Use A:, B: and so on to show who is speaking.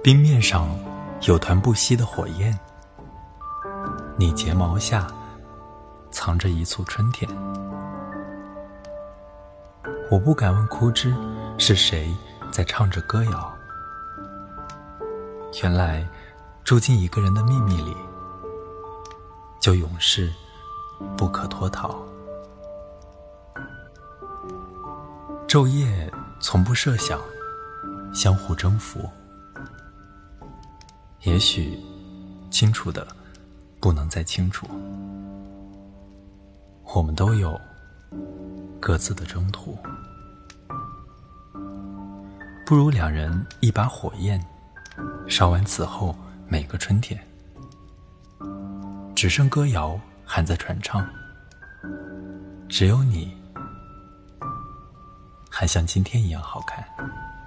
A: 冰面上有团不熄的火焰，你睫毛下藏着一簇春天。我不敢问枯枝是谁在唱着歌谣，原来住进一个人的秘密里，就永世不可脱逃。昼夜从不设想，相互征服。也许清楚的不能再清楚，我们都有各自的征途。不如两人一把火焰，烧完此后每个春天，只剩歌谣还在传唱，只有你还像今天一样好看。